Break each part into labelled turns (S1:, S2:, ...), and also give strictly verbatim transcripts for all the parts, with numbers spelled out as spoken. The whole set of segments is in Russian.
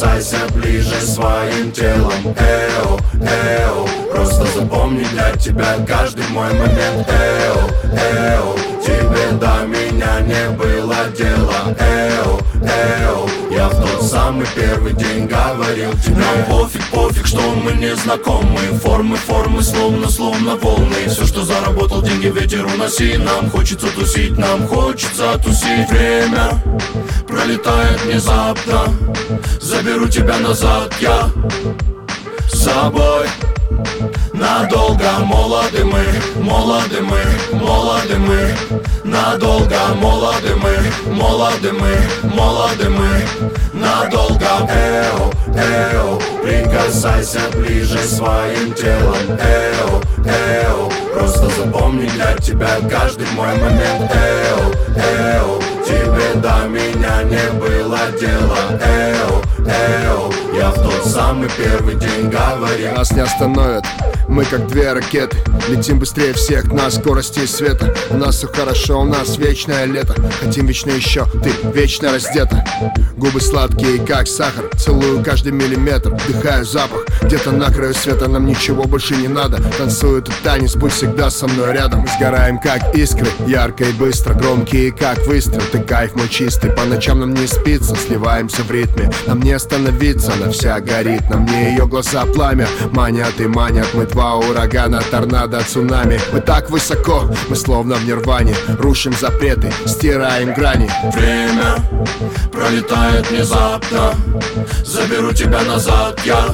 S1: Прикасайся ближе своим телом. Эо, эо, просто запомни, для тебя каждый мой момент. Эо, эо, тебе до меня не было дела. Эо, эо, я в тот самый первый день говорил тебе. Нам пофиг, пофиг, что мы не знакомы. Формы, формы, словно, словно волны. Все, что заработал, деньги ветер уноси. Нам хочется тусить, нам хочется тусить. Время пролетает внезапно, заберу тебя назад я с собой. Надолго молоды мы, молоды мы, молоды мы. Надолго молоды мы, молоды мы, молоды мы. Надолго. Эо, эо, прикасайся ближе своим телом. Эо, эо, просто запомни, для тебя каждый мой момент. Эо, эо, тебе до меня не было дела. Эо, эо, я в тот самый первый день говорил.
S2: Нас не остановят, мы как две ракеты. Летим быстрее всех на скорости света. У нас все хорошо, у нас вечное лето. Хотим вечно еще, ты вечно раздета. Губы сладкие, как сахар. Целую каждый миллиметр, вдыхаю запах. Где-то на краю света, нам ничего больше не надо. Танцую этот танец, будь всегда со мной рядом. Мы сгораем как искры, ярко и быстро. Громкие как выстрел, ты кайф мой чистый. По ночам нам не спится, сливаемся в ритме. Нам не остановиться, она вся горит. На мне ее глаза пламя, манят и манят. Мы два урагана, торнадо, цунами. Мы так высоко, мы словно в нирване. Рушим запреты, стираем грани.
S1: Время пролетает внезапно, заберу тебя назад я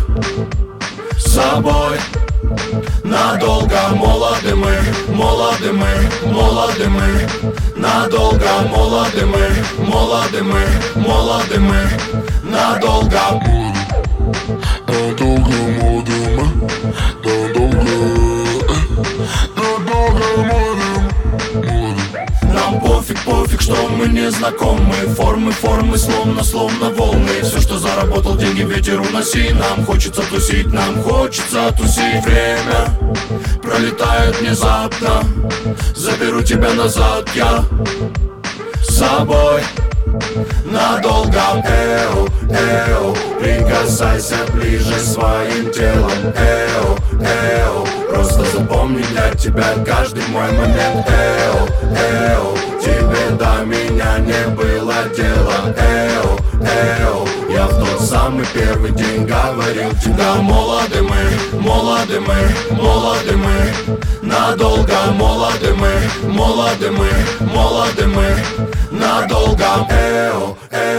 S1: с собой. Надолго молоды мы, молоды мы, молоды мы. Надолго молоды мы, молоды мы, молоды мы. Надолго.
S3: Надолго молоды мы, надолго, надолго молоды, молоды.
S1: Нам пофиг, пофиг, что мы не знакомы. Формы, формы, словно, словно волны. Все, что заработал, деньги ветер уноси. Нам хочется тусить, нам хочется тусить. Время пролетает внезапно, заберу тебя назад я с собой. Надолго. Эо, эо, прикасайся ближе своим телом. Эо, эо, просто запомни, для тебя каждый мой момент. Эо, эо, тебе до меня не было дела. Эо, эо, я в тот самый первый день говорил тебе. Да, молоды мы, молоды мы, молоды мы. Надолго молоды мы, молоды мы, молоды мы. Надолго. Эо, эо.